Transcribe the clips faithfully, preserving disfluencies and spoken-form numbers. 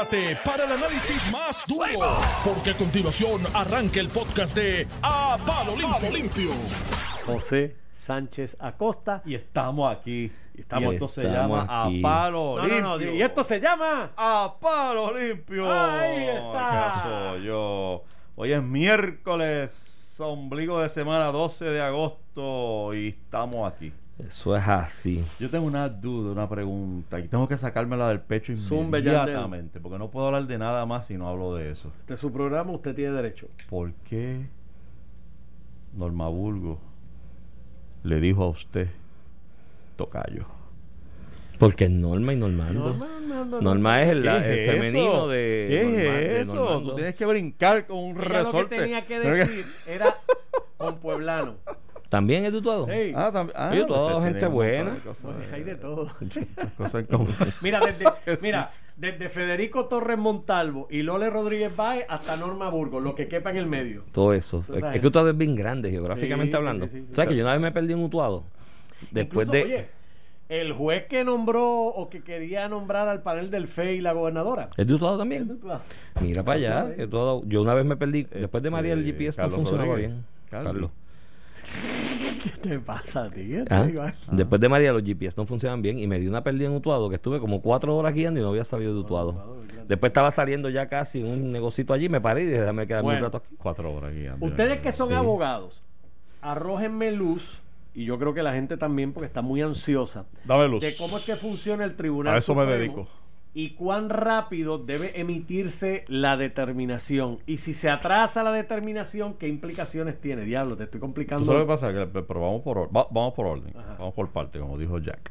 Prepárate para el análisis más duro, porque a continuación arranca el podcast de A Palo Limpio. Limpio. José Sánchez Acosta. Y estamos aquí. Y estamos, y esto estamos se llama aquí. A Palo no, Limpio. No, no, y esto se llama A Palo Limpio. Ahí está. ¿Qué soy yo? Hoy es miércoles, ombligo de semana doce de agosto y estamos aquí. Eso es así. Yo tengo una duda, una pregunta y tengo que sacármela del pecho Zumbe, inmediatamente porque no puedo hablar de nada más si no hablo de eso. Este es su programa, usted tiene derecho. ¿Por qué Norma Burgos le dijo a usted tocayo? Porque es Norma y Normando. Norma, no, no, Norma es el, la- ¿Qué el es femenino eso? de ¿Qué Norma- es de eso? Normando. Tú tienes que brincar con un Ella resorte. lo que tenía que decir era con pueblano. ¿También es Utuado? Hey, Ah, también. Ah, Oye, toda pues gente tienen un montón buena. de cosas, pues, hay de todo. muchas cosas en común. Mira, desde, mira, desde Federico Torres Montalvo y Lole Rodríguez Báez hasta Norma Burgos, lo que quepa en el medio. Todo eso. Tú Es, sabes. es que Utuado es bien grande, geográficamente Sí, sí, hablando. sí, sí. ¿Sabes que yo una vez me perdí en Utuado? Después Incluso, de... Oye, el juez que nombró o que quería nombrar al panel del F E y la gobernadora. ¿Es de Utuado también? Mira para allá. Utuado. que Utuado- Yo una vez me perdí. Después de María el G P S Carlos no funcionaba Rodríguez. bien. Carlos. Carlos. ¿Qué te pasa, tío? Ah, Iván? Después de María los G P S no funcionaban bien y me di una perdida en Utuado que estuve como cuatro horas guiando y no había salido de Utuado. Después estaba saliendo ya casi en un negocito allí, me paré y dije, déjame quedarme Bueno. un rato aquí. Cuatro horas guiando. Ustedes que son Sí. abogados, arrójenme luz, y yo creo que la gente también, porque está muy ansiosa, Dame luz. de cómo es que funciona el Tribunal A eso me Supremo dedico. y cuán rápido debe emitirse la determinación. Y si se atrasa la determinación, ¿qué implicaciones tiene? Diablo, te estoy ¿Tú complicando. sabes lo que pasa? Que, pero vamos por, or- va- vamos por orden. Ajá. Vamos por parte, como dijo Jack.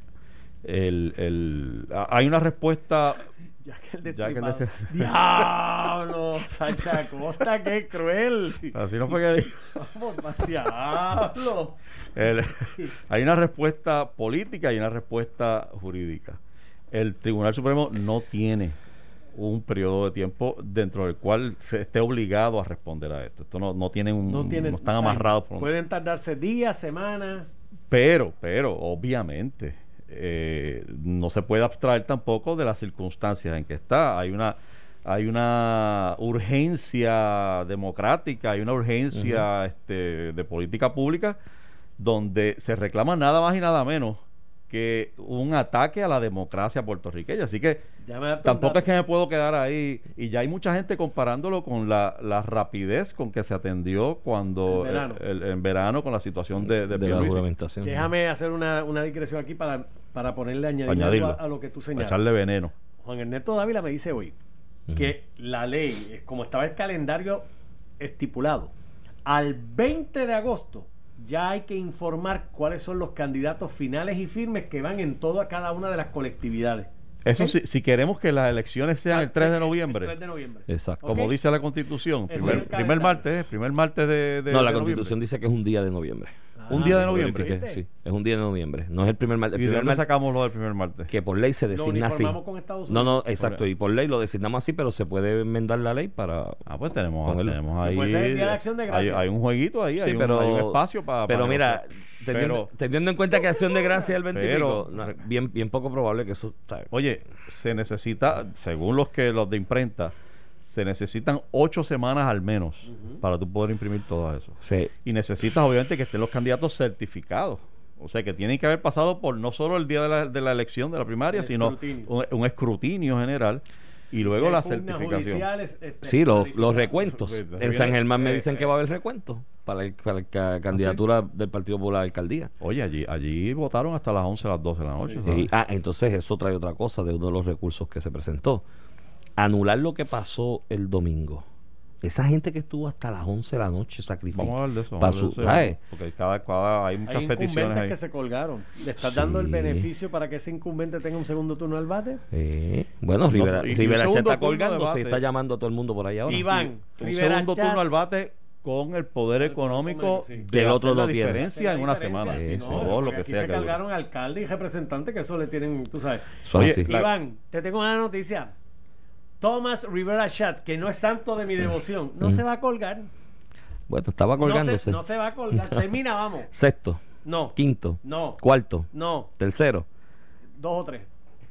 El, el, a- hay una respuesta. Ya que el Ya que el destripado. de- Diablo, Sánchez Acosta, qué cruel. Así no fue que dijo. Vamos, pa- diablo. El- hay una respuesta política y una respuesta jurídica. El Tribunal Supremo no tiene un periodo de tiempo dentro del cual se esté obligado a responder a esto. Esto no, no tiene un, No tienen, no están amarrados por un- Pueden tardarse días, semanas. Pero, pero, obviamente, eh, no se puede abstraer tampoco de las circunstancias en que está. Hay una, hay una urgencia democrática, hay una urgencia este, de política pública donde se reclama nada más y nada menos que un ataque a la democracia puertorriqueña. Así que Ya me tampoco es que me puedo quedar ahí. Y ya hay mucha gente comparándolo con la, la rapidez con que se atendió cuando En verano. el- el- en verano con la situación de, de, de la Pierluisi. juramentación. Déjame hacer una, una digresión aquí para, para ponerle añadir algo Añadirlo. a, a lo que tú Para señalas. echarle veneno. Juan Ernesto Dávila me dice hoy Ujú. que la ley, eh, como estaba el calendario estipulado, al veinte de agosto ya hay que informar cuáles son los candidatos finales y firmes que van en toda cada una de las colectividades. Eso ¿Ok? sí, si queremos que las elecciones sean el tres de El noviembre, tres de noviembre. Exacto. como ¿Ok? dice la Constitución, Ese es primer, el primer calendario. martes, primer martes de, de No, la de Constitución noviembre. dice que es un día de noviembre. Un día de Ah, noviembre. Verifiqué, ¿viste? sí, es un día de noviembre. No es el primer martes. ¿Y El de primer dónde martes sacamos lo del primer martes? que por ley se Lo designa así. uniformamos con Estados No, Unidos. no, exacto. Y por ley lo designamos así, pero se puede enmendar la ley para... Ah, pues tenemos, Ponerlo. tenemos Y ahí. puede ser el Día de Acción de hay, Gracias. hay un jueguito ahí, Sí, hay, un, pero- hay un espacio para. Pero mira, teniendo, pero- teniendo en cuenta que Acción de Gracia es el veinte y pero- pico, no, bien, bien poco probable que eso... está- Oye, se necesita, según los que los de imprenta, se necesitan ocho semanas al menos para tú poder imprimir todo eso. Sí. Y necesitas, obviamente, que estén los candidatos certificados. O sea, que tienen que haber pasado por no solo el día de la, de la elección de la primaria, El sino escrutinio. un, un escrutinio general y luego Si la hay pugnas certificación. judiciales, este, Sí, lo- los calificadas. recuentos. Sí, En San Germán me eh, dicen que va a haber recuentos para, el- para la ca- candidatura del Partido Popular a la alcaldía. Oye, allí allí votaron hasta las once, las doce de la noche. Sí. ¿sabes? Y- ah, entonces eso trae otra cosa de uno de los recursos que se presentó. Anular lo que pasó el domingo. Esa gente que estuvo hasta las once de la noche sacrificando. Vamos a hablar de eso. Pa' vamos a hablar su- de eso, ¿sabes? porque cada, cada hay muchas Hay peticiones incumbentes ahí. que se colgaron. ¿Le estás Sí. dando el beneficio para que ese incumbente tenga un segundo turno al bate? Eh, bueno, No, Rivera, y- y un Rivera Chat segundo está turno de colgándose y bate. está llamando a todo el mundo por ahí ahora. Iván, un Rivera segundo Chat, turno al bate con el poder económico sí. de Que el hacer otro la no tiene. diferencia en una semana. Sí, Sí, no, sí. O porque lo que aquí sea se que cargaron alcalde y representante que eso le tienen, tú sabes. Eso Oye, es así. la- Iván, te tengo una noticia. Thomas Rivera Chat, que no es santo de mi devoción, no Mm. se va a colgar. Bueno, estaba No se, colgándose. no se va a colgar. Termina, vamos. Sexto, No. quinto, No. cuarto, No. tercero. Dos o tres.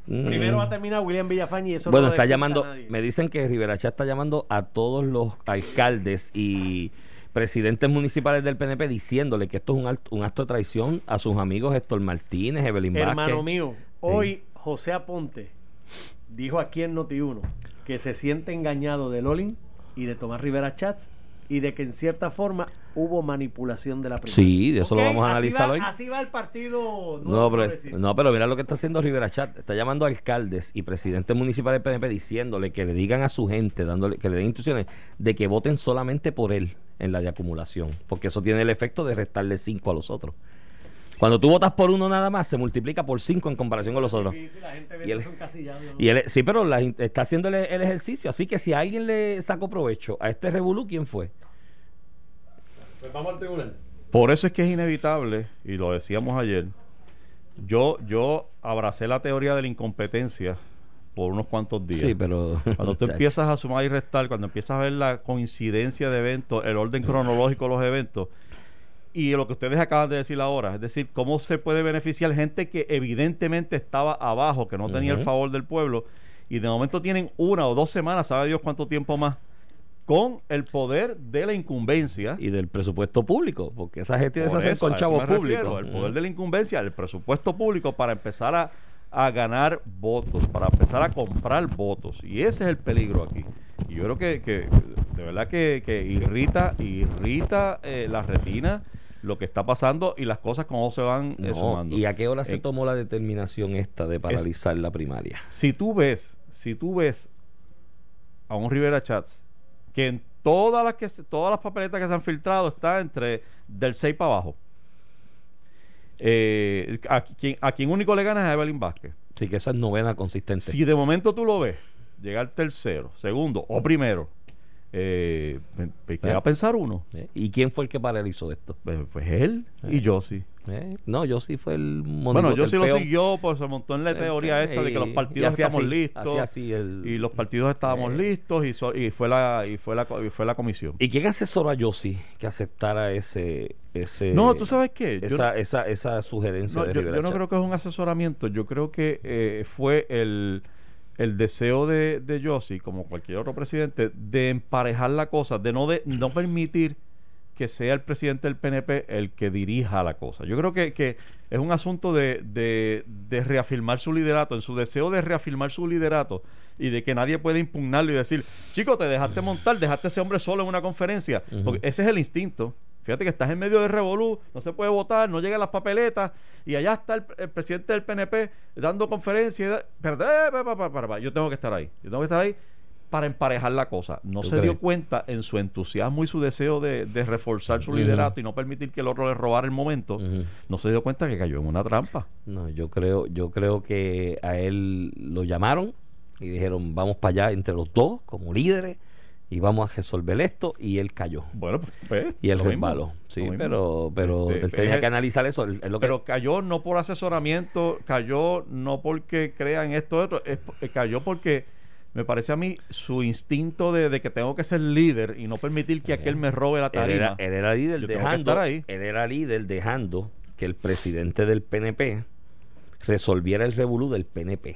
Primero va a terminar William Villafañe y eso Bueno, no está lo llamando, escucha nadie. me dicen que Rivera Chat está llamando a todos los alcaldes y presidentes municipales del P N P diciéndole que esto es un, alto, un acto de traición a sus amigos Héctor Martínez, Evelyn Vázquez. Hermano mío, hoy José Aponte dijo aquí en Noti uno que se siente engañado de Lolin y de Tomás Rivera Chats y de que en cierta forma hubo manipulación de la primaria. Sí, de eso Ok, lo vamos a así analizar va, hoy. Así va el partido. No pero, es- progresista. no, pero mira lo que está haciendo Rivera Chat. Está llamando a alcaldes y presidentes municipales del P N P diciéndole que le digan a su gente, dándole que le den instrucciones de que voten solamente por él en la de acumulación. Porque eso tiene el efecto de restarle cinco a los otros. Cuando tú votas por uno nada más, se multiplica por cinco en comparación con los otros. Sí, sí, la gente ve Y que él- son casillados, ¿no? Y él, sí, pero la, está haciendo el, el ejercicio. Así que si alguien le sacó provecho a este revolú, ¿quién fue? Pues vamos al tribunal. Por eso es que es inevitable, y lo decíamos ayer, yo, yo abracé la teoría de la incompetencia por unos cuantos días. Sí, pero... Cuando tú empiezas a sumar y restar, cuando empiezas a ver la coincidencia de eventos, el orden cronológico de los eventos, y lo que ustedes acaban de decir ahora, es decir, cómo se puede beneficiar gente que evidentemente estaba abajo, que no tenía Ujú. el favor del pueblo, y de momento tienen una o dos semanas, sabe Dios cuánto tiempo más, con el poder de la incumbencia. Y del presupuesto público, porque esa gente se Por hacen eso, con a eso chavos me refiero, públicos. el poder de la incumbencia, el presupuesto público para empezar a, a ganar votos, para empezar a comprar votos. Y ese es el peligro aquí. Y yo creo que, que de verdad que, que irrita, irrita eh, la retina lo que está pasando y las cosas como se van eh, No, sumando. ¿y a qué hora se Eh, tomó la determinación esta de paralizar la primaria? Si tú ves, si tú ves a un Rivera Chats que en todas las que se- todas las papeletas que se han filtrado está entre del seis para abajo. Eh, a, quien, a quien único le gana es a Evelyn Vázquez. Sí, que esa es novena consistente. Si de momento tú lo ves llegar tercero, segundo o primero, eh, ¿qué va a pensar uno? ¿Eh? ¿Y quién fue el que paralizó esto? Pues, pues él y yo sí. ¿Eh? No, yo sí fue el Bueno, yo sí lo el peón. siguió, pues se montó en la teoría esta de que los Y- y partidos hacía estamos así, listos. hacía así el- Y los partidos estábamos Eh. listos y, so- y fue la y fue la co- y fue la comisión. ¿Y quién asesoró a Yossi que aceptara ese ese No, ¿tú sabes qué? Yo- esa, esa, esa sugerencia No, de yo, Rivera yo no Chat? creo que es un asesoramiento, yo creo que eh, fue el, el deseo de, de Yossi, como cualquier otro presidente, de emparejar la cosa, de no, de no permitir que sea el presidente del P N P el que dirija la cosa. Yo creo que, que es un asunto de, de, de reafirmar su liderato, en su deseo de reafirmar su liderato y de que nadie puede impugnarlo y decir, chico, te dejaste montar, dejaste a ese hombre solo en una conferencia. Ujú. Porque ese es el instinto. Fíjate que estás en medio de revolú, no se puede votar, no llegan las papeletas y allá está el, el presidente del P N P dando conferencia. y da- Pero, eh, pa, pa, pa, pa, pa, yo tengo que estar ahí, yo tengo que estar ahí para emparejar la cosa. No ¿Tú se dio crees? cuenta en su entusiasmo y su deseo de, de reforzar su Ujú. liderato y no permitir que el otro le robara el momento. Ujú. No se dio cuenta que cayó en una trampa. No, yo creo, yo creo que a él lo llamaron y dijeron, vamos para allá entre los dos como líderes y vamos a resolver esto, y él cayó. Bueno, pues, pues, Y él lo mismo, resbaló. Sí, lo mismo. pero, pero Este, él tenía es- que analizar eso. Es lo que, Pero cayó no por asesoramiento, cayó no porque crean esto o otro, es, eh, cayó porque me parece a mí su instinto de, de que tengo que ser líder y no permitir que aquel me robe la él tarima. era, él era líder Yo tengo que dejando, estar ahí. él era líder dejando que el presidente del P N P resolviera el revolú del P N P.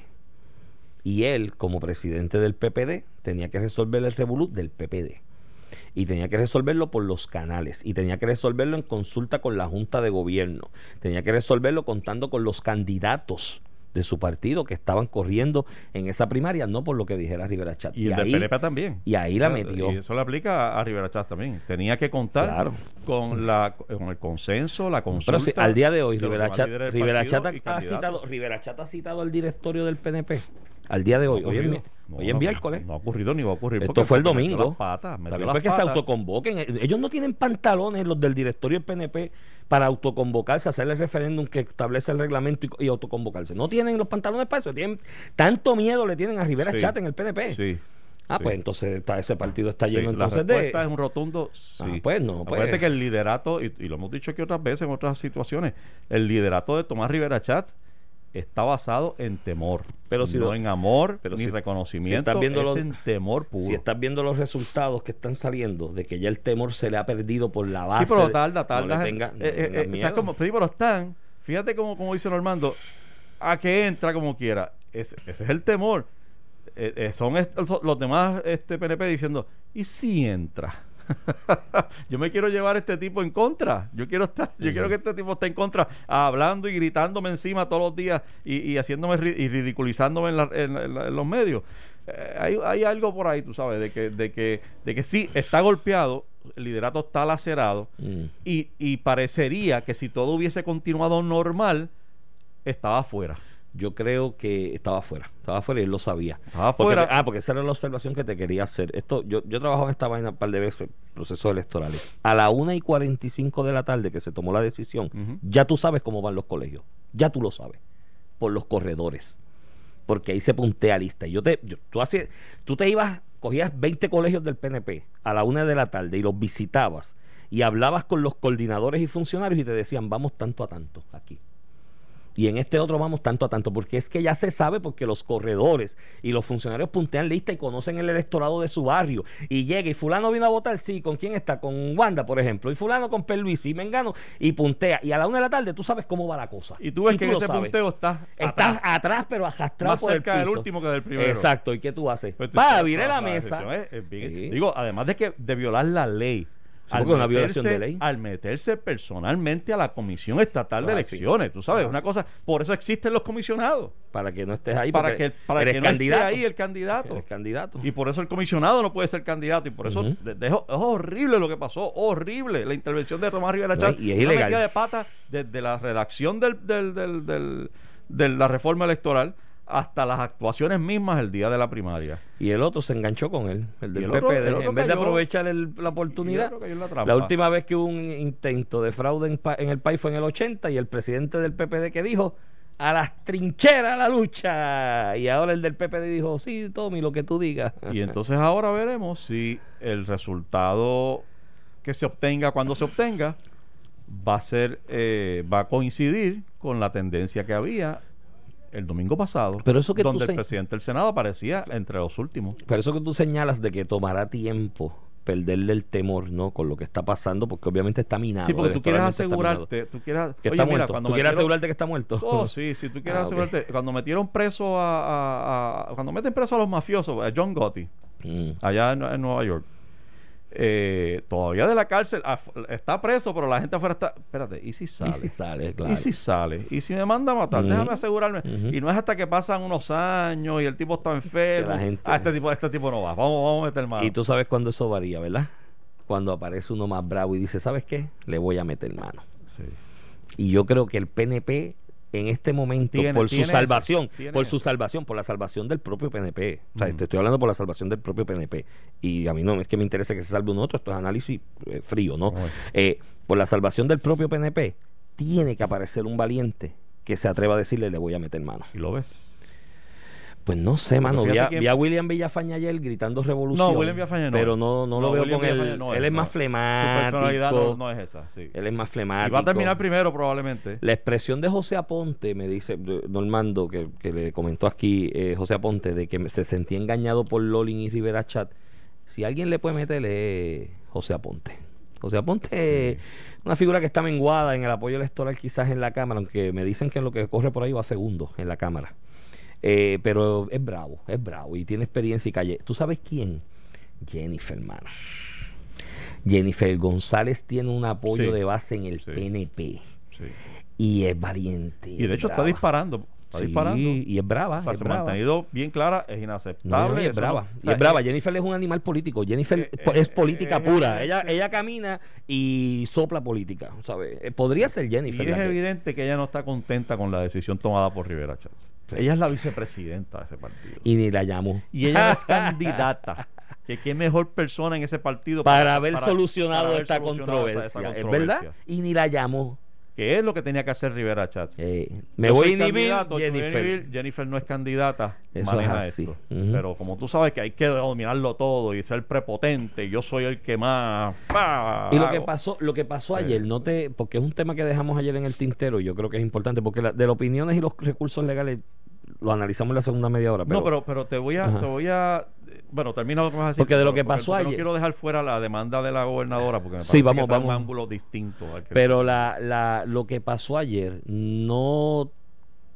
Y él, como presidente del P P D, tenía que resolver el revolú del P P D. Y tenía que resolverlo por los canales. Y tenía que resolverlo en consulta con la Junta de Gobierno. Tenía que resolverlo contando con los candidatos de su partido que estaban corriendo en esa primaria, no por lo que dijera Rivera Chat. Y el del ahí, P N P también. y ahí la O sea, metió. Y eso le aplica a, a Rivera Chats también. Tenía que contar Claro. con la con el consenso, la consulta. Pero sí, al día de hoy, de los Rivera demás Chat, líderes del Rivera partido Chat y ha candidatos. citado, Rivera Chat ha citado al directorio del P N P. Al día de hoy, No ha hoy, es, ocurrido. mi- No, hoy es no, miércoles. No ha ocurrido ni va a ocurrir. Esto porque- fue el porque metió domingo. las patas, metió También las fue que se patas. autoconvoquen. Ellos no tienen pantalones, los del directorio del P N P, para autoconvocarse, hacer el referéndum que establece el reglamento y, y autoconvocarse. No tienen los pantalones para eso. Tienen tanto miedo le tienen a Rivera Sí. Chat en el P N P. Sí. Ah, sí. pues entonces está, ese partido está Sí, lleno la entonces de... respuesta es un rotundo sí. Ah, pues no, pues. Acuérdate que el liderato, y, y lo hemos dicho aquí otras veces en otras situaciones, el liderato de Tomás Rivera Chats está basado en temor, Pero si no lo- en amor pero ni si- reconocimiento, si estás viendo es los- en temor puro. Si estás viendo los resultados que están saliendo, de que ya el temor se le ha perdido por la base. Sí, pero de- tarda, tarda. No le tenga, no Eh, le eh, tengas eh, miedo. está como, sí, pero están, fíjate como, como dice Normando, a que entra como quiera. ese, ese es el temor. Eh, eh, son est- los demás este P N P diciendo, ¿y si entra? Yo me quiero llevar a este tipo en contra. Yo quiero estar, yo uh-huh. quiero que este tipo esté en contra, hablando y gritándome encima todos los días y, y haciéndome ri- y ridiculizándome en, la, en, en, en los medios. Eh, hay, hay algo por ahí, tú sabes, de que, de que, de que sí está golpeado, el liderato está lacerado, uh-huh. y, y parecería que si todo hubiese continuado normal, estaba afuera. Yo creo que estaba afuera, estaba afuera y él lo sabía. Estaba porque, afuera. ah, porque esa era la observación que te quería hacer. Esto, yo, yo he trabajado en esta vaina un par de veces, procesos electorales. A la una y cuarenta y cinco de la tarde que se tomó la decisión, uh-huh. ya tú sabes cómo van los colegios. Ya tú lo sabes. Por los corredores. Porque ahí se puntea lista. Y yo te, yo, tú, hacías, tú te ibas, cogías veinte colegios del P N P a la una de la tarde y los visitabas y hablabas con los coordinadores y funcionarios y te decían, vamos tanto a tanto aquí. Y en este otro vamos tanto a tanto, porque es que ya se sabe, porque los corredores y los funcionarios puntean lista y conocen el electorado de su barrio, y llega y fulano vino a votar, sí, ¿con quién está? Con Wanda, por ejemplo, y fulano con Pierluisi, y Mengano, y puntea, y a la una de la tarde tú sabes cómo va la cosa. Y tú ves y que tú en ese sabes. punteo estás estás atrás, atrás pero arrastrado más por el cerca piso. del último que del primero. Exacto, ¿y qué tú haces? Pues Va, viré la, la mesa. Es, es bien, sí. Digo, además de que de violar la ley, Al meterse, una violación de ley. Al meterse personalmente a la Comisión Estatal de ah, Elecciones, sí. tú sabes, ah, una sí. cosa, por eso existen los comisionados. Para que no estés ahí, para que, para eres que no candidato. esté ahí el candidato. Eres candidato. Y por eso el comisionado no puede ser candidato. Y por eso uh-huh. de, de, es horrible lo que pasó, horrible. La intervención de Tomás Rivera Chatz. Y es ilegal. Una metida de pata desde la redacción del, del, del, del, de la reforma electoral hasta las actuaciones mismas el día de la primaria. Y el otro se enganchó con él, el del el P P D, otro, el en vez cayó, de aprovechar el, la oportunidad. La, la última vez que hubo un intento de fraude en, en el país fue en el ochenta, y el presidente del P P D que dijo, a las trincheras la lucha, y ahora el del P P D dijo, sí, Tommy, lo que tú digas. Y entonces ahora veremos si el resultado que se obtenga cuando se obtenga va a ser eh, va a coincidir con la tendencia que había el domingo pasado, pero eso que donde tú el presidente del Senado aparecía entre los últimos. Pero eso que tú señalas de que tomará tiempo perderle el temor, ¿no? Con lo que está pasando, porque obviamente está minado. Sí, porque tú quieres asegurarte, tú quieres, que oye, está mira, muerto. cuando ¿Tú quieres metieron, asegurarte que está muerto? Oh, sí, sí, tú quieres ah, asegurarte. Okay. Cuando metieron preso a, a, a, cuando meten preso a los mafiosos, a John Gotti, mm. allá en, en Nueva York, eh, todavía de la cárcel ah, está preso, pero la gente afuera está, espérate, ¿y si sale? ¿Y si sale? Claro. ¿Y si sale? ¿Y si me manda a matar? Uh-huh. Déjame asegurarme. Uh-huh. Y no es hasta que pasan unos años y el tipo está enfermo. La gente... Ah, este tipo, este tipo no va. Vamos, vamos a meter mano. Y tú sabes cuándo eso varía, ¿verdad? Cuando aparece uno más bravo y dice, ¿sabes qué? Le voy a meter mano. Sí. Y yo creo que el P N P en este momento, tiene, por su salvación, por eso. su salvación, por la salvación del propio P N P. O sea, uh-huh. te estoy hablando por la salvación del propio P N P. Y a mí no es que me interese que se salve un otro, esto es análisis eh, frío, ¿no? Uh-huh. Eh, por la salvación del propio P N P, tiene que aparecer un valiente que se atreva a decirle, le voy a meter mano. ¿Y lo ves? Pues no sé, mano. Vi a, vi a William Villafañe ayer gritando revolución. No, William Villafañe no. Pero no, no, no lo veo William con él. No es, él es no. más flemático. Su personalidad no, no es esa, sí. Él es más flemático. Y va a terminar primero probablemente. La expresión de José Aponte, me dice Normando, que, que le comentó aquí eh, José Aponte, de que se sentía engañado por Lolin y Rivera Chatz. Si alguien le puede meterle, José Aponte. José Aponte es sí. una figura que está menguada en el apoyo electoral quizás en la Cámara, aunque me dicen que en lo que corre por ahí va segundo en la Cámara. Eh, pero es bravo, es bravo y tiene experiencia y calle. ¿Tú sabes quién? Jennifer, hermano. Jennifer González tiene un apoyo sí, de base en el sí, P N P sí. y es valiente. Y de hecho brava. está disparando. Está sí, disparando. Y es brava. O sea, es se brava. ha mantenido bien clara, es inaceptable. No, no, y es brava. No, y o sea, es brava. eh, Jennifer es un animal político. Jennifer eh, es eh, política eh, pura. eh, ella, eh, ella camina y sopla política. ¿Sabes? Eh, podría ser Jennifer. Y es que... evidente que ella no está contenta con la decisión tomada por Rivera Chatz. Sí. Ella es la vicepresidenta de ese partido. Y ni la llamó. Y ella es candidata. Que qué mejor persona en ese partido para, para haber para, solucionado, para haber esta, solucionado controversia. Esa, esa controversia. ¿Es verdad? Y ni la llamó. Que es lo que tenía que hacer Rivera Chatz. Eh, me yo voy a inhibir, Jennifer. inhibir. Jennifer no es candidata. Eso maneja es esto. Uh-huh. Pero como tú sabes que hay que dominarlo todo y ser prepotente, yo soy el que más. ¡Pah! Y lo que pasó, lo que pasó ayer, no te, porque es un tema que dejamos ayer en el tintero, y yo creo que es importante, porque la, de las opiniones y los recursos legales lo analizamos en la segunda media hora. Pero, no, pero, pero te voy a, te voy a, bueno, termina lo que vas a decir. Porque de pero, lo que pasó ayer. No quiero dejar fuera la demanda de la gobernadora, porque me parece sí, vamos, que vamos. un ángulo distinto. Al que pero la, la, lo que pasó ayer no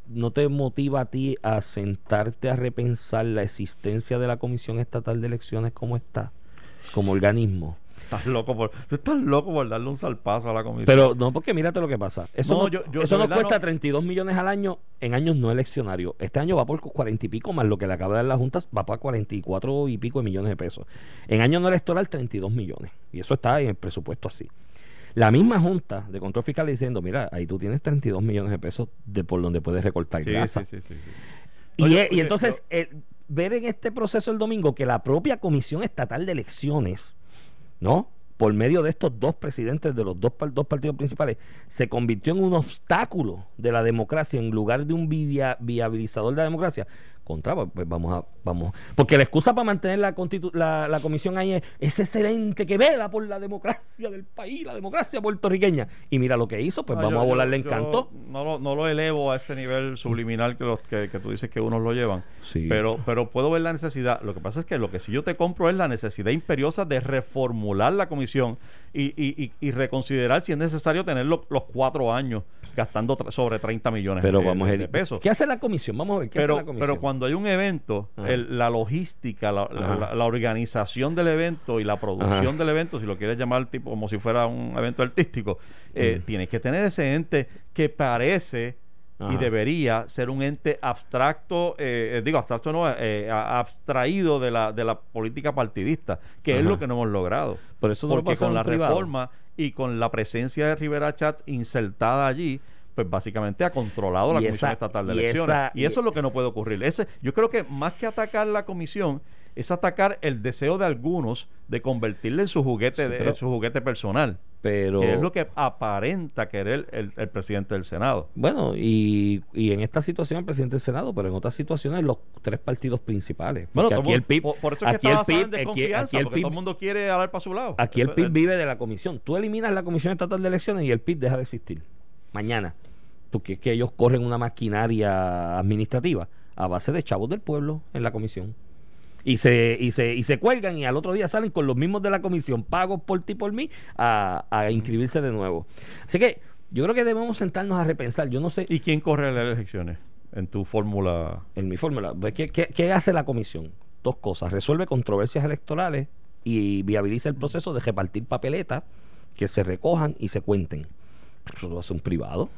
no te motiva a ti a sentarte a repensar la existencia de la Comisión Estatal de Elecciones como está, como organismo? Estás loco por, tú estás loco por darle un salpazo a la comisión. Pero no, porque mírate lo que pasa. Eso, No, no, yo- yo eso de nos verdad cuesta no- treinta y dos millones al año en años no eleccionarios. Este año va por cuarenta y pico más lo que le acaba de dar la Junta, va para cuarenta y cuatro y pico de millones de pesos. En año no electoral, treinta y dos millones. Y eso está en el presupuesto así. La misma Junta de Control Fiscal diciendo, mira, ahí tú tienes treinta y dos millones de pesos de por donde puedes recortar Sí, grasa. sí, sí, sí, sí. Y, Oye, eh, y oye, entonces, eh, ver en este proceso el domingo que la propia Comisión Estatal de Elecciones, ¿no?, por medio de estos dos presidentes de los dos, par- dos partidos principales, se convirtió en un obstáculo de la democracia en lugar de un via- viabilizador de la democracia. Contra, pues pues vamos a, vamos, porque la excusa para mantener la, constitu- la, la comisión ahí es ese excelente que vela por la democracia del país, la democracia puertorriqueña. Y mira lo que hizo, pues No, vamos yo- a volarle yo- encanto. yo No lo, no lo elevo a ese nivel subliminal que, los, que, que tú dices que unos lo llevan. Sí. Pero, pero puedo ver la necesidad. Lo que pasa es que lo que sí yo te compro es la necesidad imperiosa de reformular la comisión y, y, y, y reconsiderar si es necesario tener lo- los cuatro años gastando tra- sobre treinta millones Pero de, vamos a de ver, pesos. ¿qué hace la comisión? Vamos a ver, ¿qué Pero, hace la comisión? pero cuando hay un evento, Ajá. el- la logística, la, la- Ajá. la- la organización del evento y la producción Ajá. del evento, si lo quieres llamar tipo como si fuera un evento artístico, eh, Mm. tienes que tener ese ente que parece y Ajá. debería ser un ente abstracto, eh, eh, digo abstracto no, eh, a- abstraído de la, de la política partidista, que es Ajá. lo que no hemos logrado. Por eso no lo Porque pasaron con la privado. reforma y con la presencia de Rivera Chats insertada allí, pues básicamente ha controlado la Y Comisión esa- Estatal de y Elecciones. esa- y eso es lo que no puede ocurrir. Ese, yo creo que más que atacar la comisión, es atacar el deseo de algunos de convertirle en su juguete, Sí, de, pero- en su juguete personal. Pero Que es lo que aparenta querer el, el presidente del Senado. bueno, y, y en esta situación el presidente del Senado, pero en otras situaciones los tres partidos principales. Bueno, Porque todo aquí el P I B, por, por eso es que aquí está el basada en P I B, aquí- desconfianza, aquí el porque P I B todo el mundo quiere hablar para su lado. Aquí el Eso- P I B vive de la comisión. Tú eliminas la Comisión Estatal de Elecciones y el P I B deja de existir. Mañana. Porque es que ellos corren una maquinaria administrativa a base de chavos del pueblo en la comisión. Y se, y se, y se cuelgan y al otro día salen con los mismos de la comisión, pagos por ti por mí, a, a inscribirse de nuevo. Así que yo creo que debemos sentarnos a repensar. Yo no sé, ¿Y quién corre las elecciones en tu fórmula? en mi fórmula, pues, ¿qué, qué, qué hace la comisión? Dos cosas. Resuelve controversias electorales y viabiliza el proceso de repartir papeletas que se recojan y se cuenten. Eso lo hace un privado.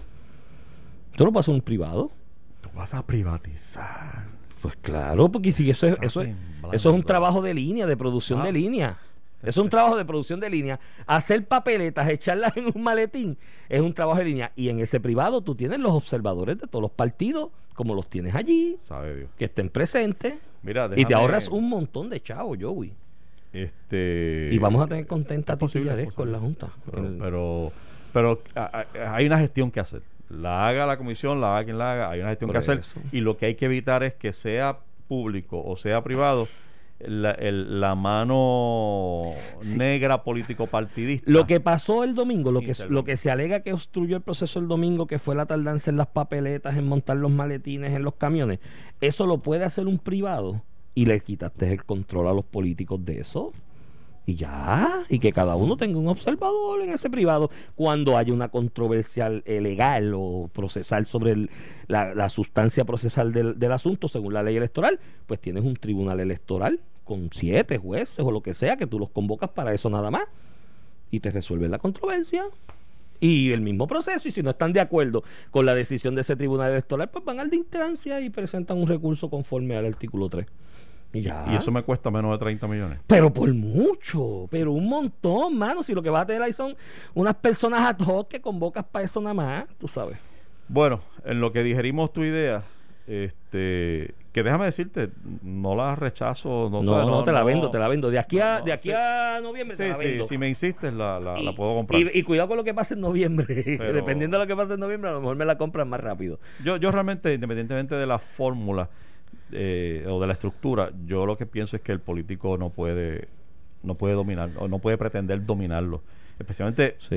¿Tú lo hacer un privado? Tú vas a privatizar. Pues claro, porque si eso es, Está eso es, temblando. eso es un trabajo de línea, de producción Ah. de línea. Eso es un trabajo de producción de línea. Hacer papeletas, echarlas en un maletín, es un trabajo de línea. Y en ese privado tú tienes los observadores de todos los partidos, como los tienes allí, Sabe Dios. que estén presentes. Mira, Y te déjame- ahorras un montón de chavos, Joey. Este, Y vamos a tener contenta a es posible, Titi es Yares con la posible. Junta. Pero, El- pero, pero, a- a- hay una gestión que hacer. La haga la comisión, la haga quien la haga, hay una gestión Por que hacer. eso. Y lo que hay que evitar es que sea público o sea privado la, el- la mano Sí. negra político partidista. Lo que pasó el domingo, lo que, Intervenir. lo que se alega que obstruyó el proceso el domingo, que fue la tardanza en las papeletas, en montar los maletines en los camiones, eso lo puede hacer un privado y le quitaste el control a los políticos de eso. Y ya, y que cada uno tenga un observador en ese privado. Cuando haya una controversia eh, legal o procesal sobre el- la, la sustancia procesal del, del asunto, según la ley electoral, pues tienes un tribunal electoral con siete jueces o lo que sea, que tú los convocas para eso nada más. Y te resuelven la controversia. Y el mismo proceso, y si no están de acuerdo con la decisión de ese tribunal electoral, pues van al de instancia y presentan un recurso conforme al artículo tres. Y ya. Y eso me cuesta menos de treinta millones. Pero por mucho, pero un montón, mano. Si lo que vas a tener ahí son unas personas ad hoc que convocas para eso nada más, tú sabes. Bueno, en lo que digerimos tu idea, este, que déjame decirte, no la rechazo. No, No, sabes, no, te la no- vendo, te la vendo. De aquí a, no, de aquí sí. a noviembre te Sí, la sí, vendo. si me insistes, la, la, la Y- puedo comprar. Y, y cuidado con lo que pase en noviembre. Pero- Dependiendo de lo que pase en noviembre, a lo mejor me la compras más rápido. Yo, yo realmente, independientemente de la fórmula eh, o de la estructura, yo lo que pienso es que el político no puede, no puede dominar, o no puede pretender dominarlo. Especialmente Sí.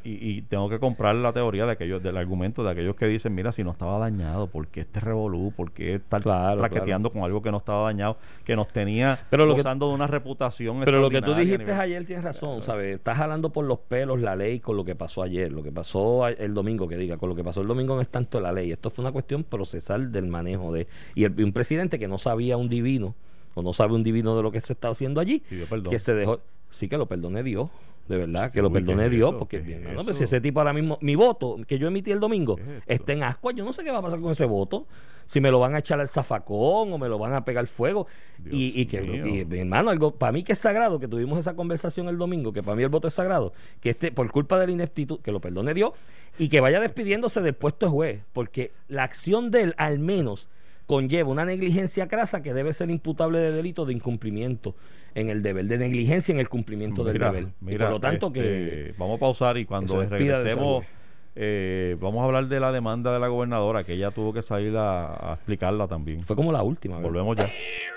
Y, y tengo que comprar la teoría de aquellos, del argumento de aquellos que dicen, mira, si no estaba dañado, ¿por qué este revolú? ¿Por qué estar Claro, raqueteando claro. con algo que no estaba dañado? Que nos tenía Pero lo que- gozando de una reputación Pero lo que tú extraordinaria a dijiste nivel- ayer tienes razón, ¿sabes? Estás jalando por los pelos la ley con lo que pasó ayer, lo que pasó a- el domingo, que diga, con lo que pasó el domingo no es tanto la ley, esto fue una cuestión procesal del manejo de... Y, el, y un presidente que no sabía un divino, o no sabe un divino de lo que se está haciendo allí, Pidió perdón. que se dejó... Sí que lo perdone Dios, de verdad, Sí, que lo uy, perdone ¿qué es Dios, eso? porque ¿Qué bien, es hermano, eso? pues si ese tipo ahora mismo, mi voto, que yo emití el domingo, ¿Qué es esto? está en ascuas, yo no sé qué va a pasar con ese voto, si me lo van a echar al zafacón o me lo van a pegar fuego, Dios y, y que, mío. y, mi hermano, algo, para mí que es sagrado, que tuvimos esa conversación el domingo, que para mí el voto es sagrado, que este, por culpa de la ineptitud, que lo perdone Dios, y que vaya despidiéndose del puesto de juez, porque la acción de él, al menos, conlleva una negligencia crasa que debe ser imputable de delito de incumplimiento en el deber, de negligencia en el cumplimiento del Mira, deber. Y mira, por lo tanto, este, que vamos a pausar y cuando que se despida de regresemos, salud. eh, vamos a hablar de la demanda de la gobernadora, que ella tuvo que salir a, a explicarla también. fue como la última. ¿verdad? Volvemos ya.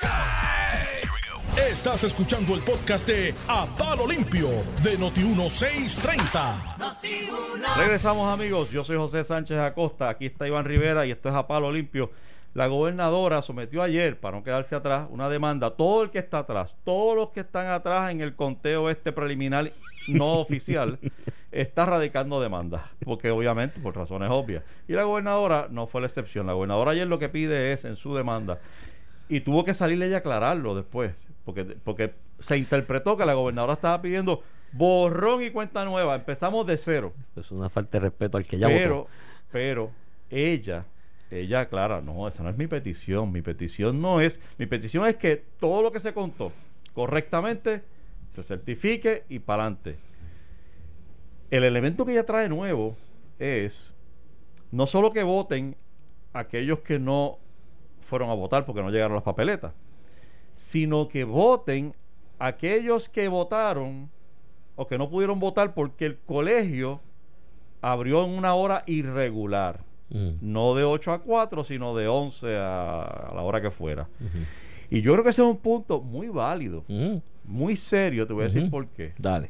Estás escuchando el podcast de A Palo Limpio de Noti uno seiscientos treinta. Regresamos, amigos. Yo soy José Sánchez Acosta. Aquí está Iván Rivera y esto es A Palo Limpio. La gobernadora sometió ayer, para no quedarse atrás, una demanda. Todo el que está atrás, todos los que están atrás en el conteo este preliminar no oficial, está radicando demandas. Porque obviamente, por razones obvias. Y la gobernadora no fue la excepción. La gobernadora ayer lo que pide es, en su demanda, y tuvo que salirle ella a aclararlo después, porque, porque se interpretó que la gobernadora estaba pidiendo borrón y cuenta nueva. Empezamos de cero. Es una falta de respeto al que ya pero, votó. pero ella, ella aclara, no, esa no es mi petición. Mi petición no es, mi petición es que todo lo que se contó correctamente se certifique y para adelante. El elemento que ella trae nuevo es no solo que voten aquellos que no fueron a votar porque no llegaron las papeletas, sino que voten aquellos que votaron o que no pudieron votar porque el colegio abrió en una hora irregular, Mm. no de ocho a cuatro, sino de once a, a la hora que fuera. Ujú. Y yo creo que ese es un punto muy válido, Mm. muy serio. Te voy a decir Ujú. por qué. Dale.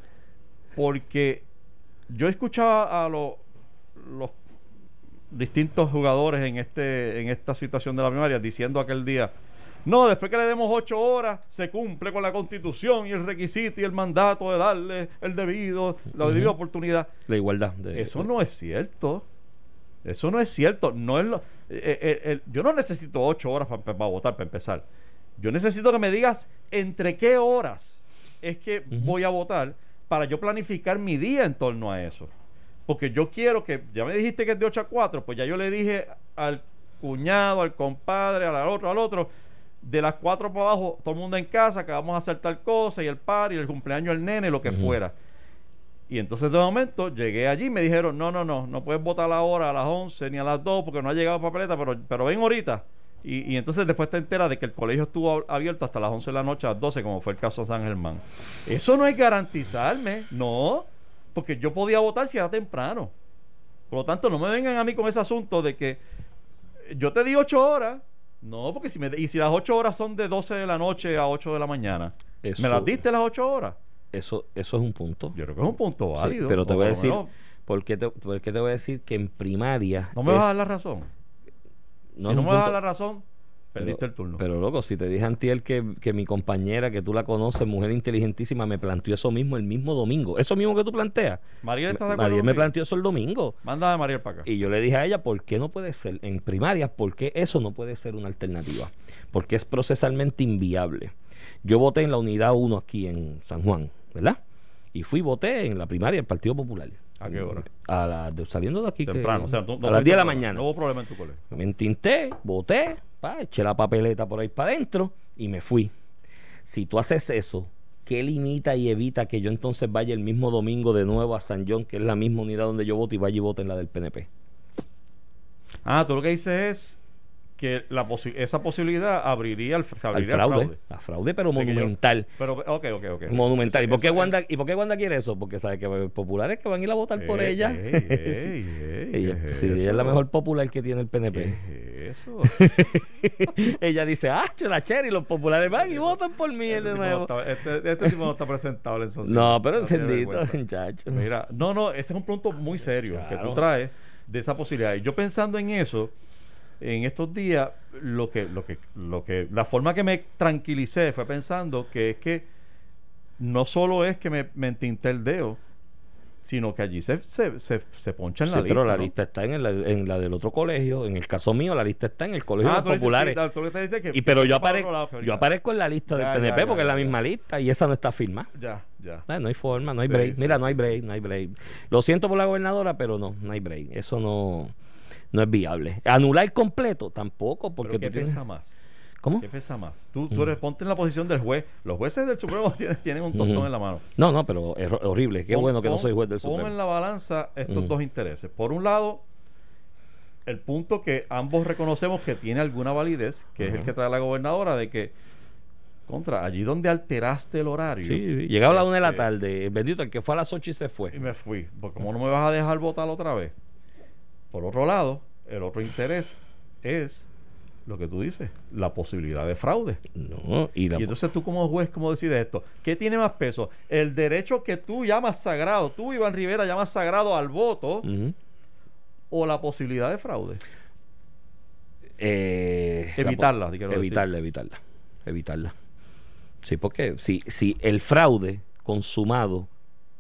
Porque yo escuchaba a los los distintos jugadores en este en esta situación de la primaria diciendo aquel día, no, después que le demos ocho horas se cumple con la Constitución y el requisito y el mandato de darle el debido la Ujú. debida oportunidad. La igualdad. De, Eso no es cierto. Eso no es cierto. No es lo, eh, eh, eh, yo no necesito ocho horas para, para votar, para empezar. Yo necesito que me digas entre qué horas es que Ujú. voy a votar para yo planificar mi día en torno a eso. Porque yo quiero que, ya me dijiste que es de ocho a cuatro, pues ya yo le dije al cuñado, al compadre, al otro, al otro, de las cuatro para abajo, todo el mundo en casa, que vamos a hacer tal cosa, y el party, y el cumpleaños del nene, lo que Ujú. fuera. Y entonces de momento llegué allí y me dijeron, no, no, no, no puedes votar ahora a las once ni a las dos porque no ha llegado papeleta, pero, pero ven ahorita. Y, y entonces después te enteras de que el colegio estuvo abierto hasta las once de la noche, a las doce, como fue el caso de San Germán. Eso no es garantizarme, no, porque yo podía votar si era temprano. Por lo tanto, no me vengan a mí con ese asunto de que yo te di ocho horas. No, porque si me y si las ocho horas son de doce de la noche a ocho de la mañana, Eso- ¿me las diste las ocho horas? Eso, eso es un punto. Yo creo que es un punto Sí, válido. pero te o voy a por lo decir, menos, ¿por qué te, por qué te voy a decir que en primaria... no me es- vas a dar la razón. no si es no un me vas a punto- dar la razón, perdiste pero, el turno. Pero loco, si te dije antier que, que mi compañera, que tú la conoces, mujer inteligentísima, me planteó eso mismo el mismo domingo. Eso mismo que tú planteas. Mariel, ¿estás de acuerdo Mariel me conmigo? planteó eso el domingo. Mándame a Mariel para acá. Y yo le dije a ella, ¿por qué no puede ser? En primarias, ¿por qué eso no puede ser una alternativa? Porque es procesalmente inviable. Yo voté en la unidad uno aquí en San Juan, ¿verdad? Y fui y voté en la primaria del Partido Popular. ¿A qué hora? A la, de- saliendo de aquí. que- Temprano. O sea, tú- a las diez de la no- mañana. No hubo problema en tu colegio. Me entinté, voté, pa, eché la papeleta por ahí para adentro y me fui. Si tú haces eso, ¿qué limita y evita que yo entonces vaya el mismo domingo de nuevo a San John, que es la misma unidad donde yo voto, y vaya y vote en la del P N P? Ah, tú lo que dices es que la posi- esa posibilidad abriría el, Al abriría fraude, el fraude. a fraude, pero De que yo- monumental. Pero, ok, ok, ok. Monumental. ¿Y por, qué Eso- Wanda, ¿Y por qué Wanda quiere eso? Porque sabe que los populares que van a ir a votar por Ey, ella. ey, Sí. ey, ey, Ella, ¿qué es sí, ella es la eso? mejor popular que tiene el P N P. ¿Qué eso? Ella dice, ah, Chonacheri, los populares van y votan por mí Este de tipo nuevo. no está- este, este tipo no está presentable en sociedad. No, pero tiene encendito, vergüenza. muchacho. Mira, no, no, ese es un punto muy serio que Claro. tú traes de esa posibilidad. Y yo pensando en eso, en estos días, lo que, lo que, lo que, la forma que me tranquilicé fue pensando que es que no solo es que me, me entinté el dedo, sino que allí se, se, se, se poncha en Sí, la lista. pero la ¿no? lista está en, el- en la del otro colegio. En el caso mío, la lista está en el colegio Ah, de tú los dices, populares. sí, tú lo que dices que- Y que pero fue yo, para apare- otro lado que yo ahorita. aparezco en la lista del Ya, P N P ya, ya, porque es la ya, misma ya. lista y esa no está firmada. Ya, ya. Ah, no hay forma, no hay Sí, break. sí, Mira, sí, no hay sí. break, no hay break. Lo siento por la gobernadora, pero no, no hay break. Eso no, no es viable. Anular completo, tampoco, porque Pero ¿qué tú tienes- pesa más? ¿Cómo? ¿Qué pesa más? Tú, tú Mm. eres, ponte en la posición del juez. Los jueces del Supremo tienen, tienen un tostón Ujú. en la mano. No, no, pero es hor- horrible. Qué Pon- bueno que no pon- soy juez del pon Supremo. en la balanza estos Ujú. dos intereses. Por un lado, el punto que ambos reconocemos que tiene alguna validez, que es el Ujú. que trae la gobernadora, de que, contra, allí donde alteraste el horario. Sí, llegaba a la una de la este, tarde. El bendito, el que fue a las ocho y se fue. Y me fui. Porque como no me vas a dejar votar otra vez. Por otro lado, el otro interés es lo que tú dices, la posibilidad de fraude. No, y la Y entonces tú como juez, ¿cómo decides esto? ¿Qué tiene más peso? El derecho que tú llamas sagrado, tú Iván Rivera llamas sagrado al voto, Ujú. o la posibilidad de fraude. Eh, Evitarla, la po- quiero decir. evitarla, evitarla, evitarla. Sí, porque si, si el fraude consumado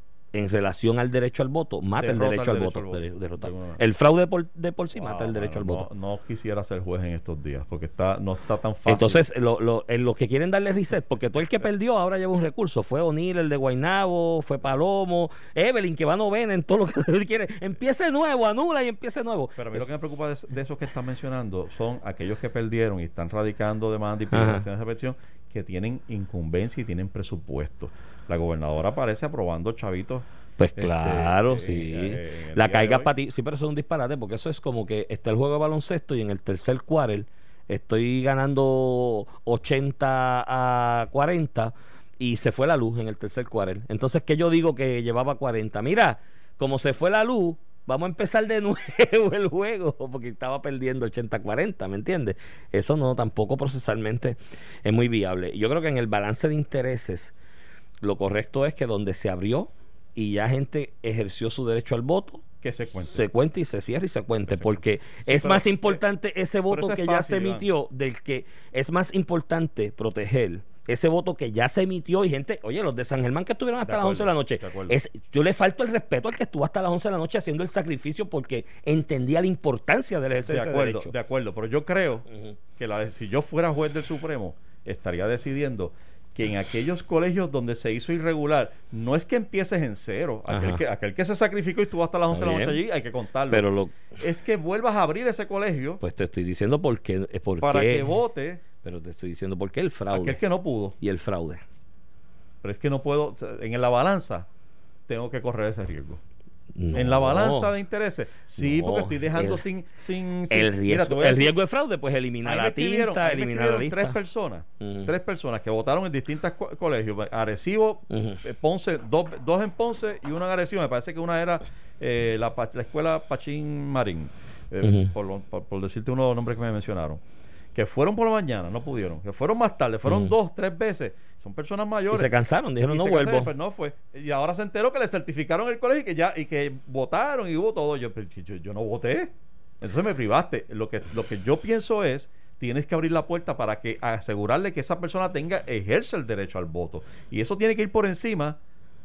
en relación al derecho al voto mata el Derrota derecho, el al derecho voto, al voto. de- derrotar. De alguna manera. El fraude por, de por sí mata Ah, el derecho mano, al voto. No, no quisiera ser juez en estos días, porque está no está tan fácil. Entonces, lo, lo, en los que quieren darle reset, porque todo el que perdió ahora lleva un recurso. Fue O'Neill, el de Guaynabo, fue Palomo, Evelyn, que va a novena en todo lo que quiere. Empiece nuevo, anula y empiece nuevo. Pero a mí lo Es- que me preocupa de, de esos que están mencionando son aquellos que perdieron y están radicando demanda y pidiendo Ajá. de repetición, que tienen incumbencia y tienen presupuesto. La gobernadora aparece aprobando chavitos. Pues este, claro, en- sí. en- en el La día carga de hoy. para ti, sí, pero eso es un disparate, porque eso es como que está el juego de baloncesto y en el tercer quarter estoy ganando ochenta a cuarenta y se fue la luz en el tercer quarter. Entonces, ¿qué yo digo que llevaba cuarenta? Mira, como se fue la luz, vamos a empezar de nuevo el juego, porque estaba perdiendo ochenta a cuarenta, ¿me entiendes? Eso no, tampoco procesalmente es muy viable. Yo creo que en el balance de intereses, lo correcto es que donde se abrió y ya gente ejerció su derecho al voto, Que se cuente. se cuente y se cierre y se cuente, Que se porque Sí, es pero- más importante ese voto eso es que ya se fácil, Iván. emitió del que es más importante proteger ese voto que ya se emitió y gente, oye, los de San Germán que estuvieron hasta De las once de la noche, de acuerdo. es, yo le falto el respeto al que estuvo hasta las once de la noche haciendo el sacrificio porque entendía la importancia del ejercer De ese acuerdo, derecho. de acuerdo, pero yo creo Ujú. que la, si yo fuera juez del Supremo, estaría decidiendo que en aquellos colegios donde se hizo irregular, no es que empieces en cero. Aquel Ajá. que, aquel que se sacrificó y estuvo hasta las once Está de la noche bien. allí, hay que contarlo. Pero lo, es que vuelvas a abrir ese colegio pues te estoy diciendo por qué, eh, por para qué, que vote pero te estoy diciendo por qué el fraude aquel que no pudo. y el fraude. Pero es que no puedo, o sea, en la balanza, tengo que correr ese riesgo. No. En la balanza de intereses, sí, No, porque estoy dejando el- sin, sin, sin- El Mira, riesgo, te voy a el decir- riesgo de fraude, pues A eliminar mí me la escribieron- tinta, a mí me eliminar la escribieron tres lista. personas, Ujú. tres personas que votaron en distintos co- colegios. Arecibo, Ujú. eh, Ponce, dos, dos en Ponce y una en Arecibo. Me parece que una era eh, la, pa- la escuela Pachín Marín, eh, Ujú. por, lo- por- por decirte uno de los nombres que me mencionaron. Que fueron por la mañana, no pudieron. Que fueron más tarde, fueron Ujú. dos, tres veces. Son personas Y mayores. se cansaron, dijeron Y no se vuelvo. cansaron, pues no fue. Y ahora se enteró que le certificaron el colegio y que ya y que votaron y hubo todo. Yo, pues, yo, yo no voté. Entonces me privaste. Lo que, lo que yo pienso es, tienes que abrir la puerta para que asegurarle que esa persona tenga, ejerce el derecho al voto. Y eso tiene que ir por encima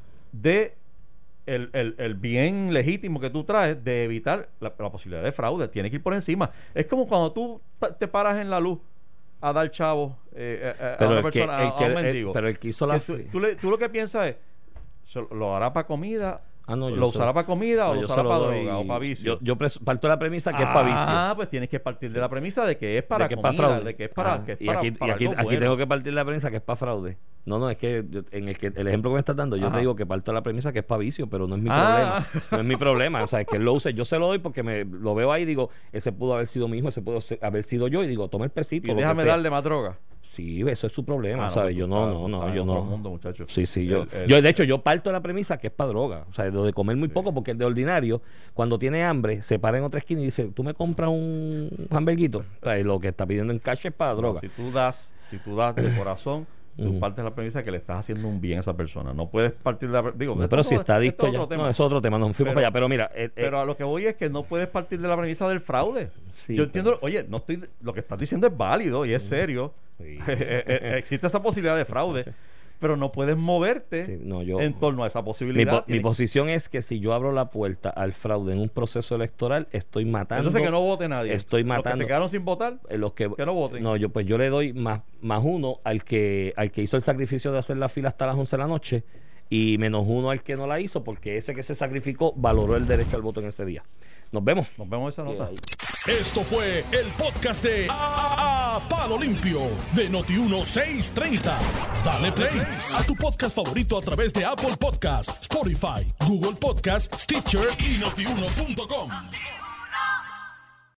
de el, el, el bien legítimo que tú traes de evitar la, la posibilidad de fraude. Tiene que ir por encima. Es como cuando tú pa- te paras en la luz a dar chavo eh, eh, eh, a Pero una el que- persona, a- el que- a un el- mendigo. pero el que hizo la Que tú, fi- tú le- tú lo que piensas es, ¿se ¿lo hará para comida? Ah, no, yo ¿Lo se- usará para comida o no, lo yo se usará lo para doy- droga o para vicio? Yo, yo pres- parto de la premisa que es para vicio. Ah, pues tienes que partir de la premisa de que es para de que es comida, para fraude. de que es para, Ah, que es y para, aquí, para y aquí, algo aquí bueno. tengo que partir de la premisa que es para fraude. No, no, es que yo- en el que el ejemplo que me estás dando, yo Ajá. te digo que parto de la premisa que es para vicio, pero no es mi Ah. problema. No es mi problema. O sea, es que él lo use. Yo se lo doy porque me lo veo ahí y digo, ese pudo haber sido mi hijo, ese pudo ser- haber sido yo. Y digo, toma el pesito. Y lo que déjame sea. darle más droga. Sí, eso es su problema, Ah, no, ¿sabes? tú Yo no, estás- no, tú no, estás en yo otro no. mundo, muchacho. Sí, sí, yo, El- el- yo de hecho yo parto de la premisa que es para droga, o sea, lo de comer muy Sí. poco, porque de ordinario, cuando tiene hambre, se para en otra esquina y dice, tú me compras un hamburguito, o sea, y lo que está pidiendo en cash es para No, droga. si tú das, si tú das de corazón, tú Ujú. partes de la premisa que le estás haciendo un bien a esa persona. No puedes partir de la digo, No, esto pero es si otro- está esto es adicto ya, otro tema. no, eso es otro tema, nos fuimos Pero- para allá, pero mira, eh, eh, Pero a lo que voy es que no puedes partir de la premisa del fraude. Sí, Yo entiendo, pero- oye, no estoy, lo que estás diciendo es válido y es serio. Sí. Existe esa posibilidad de fraude, pero no puedes moverte Sí, no, yo- en torno a esa mi, posibilidad. po- mi Tienes- posición es que si yo abro la puerta al fraude en un proceso electoral, estoy matando. Entonces que no vote nadie. Estoy Los que matando. se quedaron sin votar, eh, los que, que no voten. No, yo pues yo le doy más, más uno al que al que hizo el sacrificio de hacer la fila hasta las once de la noche y menos uno al que no la hizo, porque ese que se sacrificó valoró el derecho al voto en ese día. Nos vemos. Nos vemos esa Que nota. ahí- Esto fue el podcast de A, A Palo Limpio de Noti uno seiscientos treinta. Dale play a tu podcast favorito a través de Apple Podcasts, Spotify, Google Podcasts, Stitcher y notiuno punto com.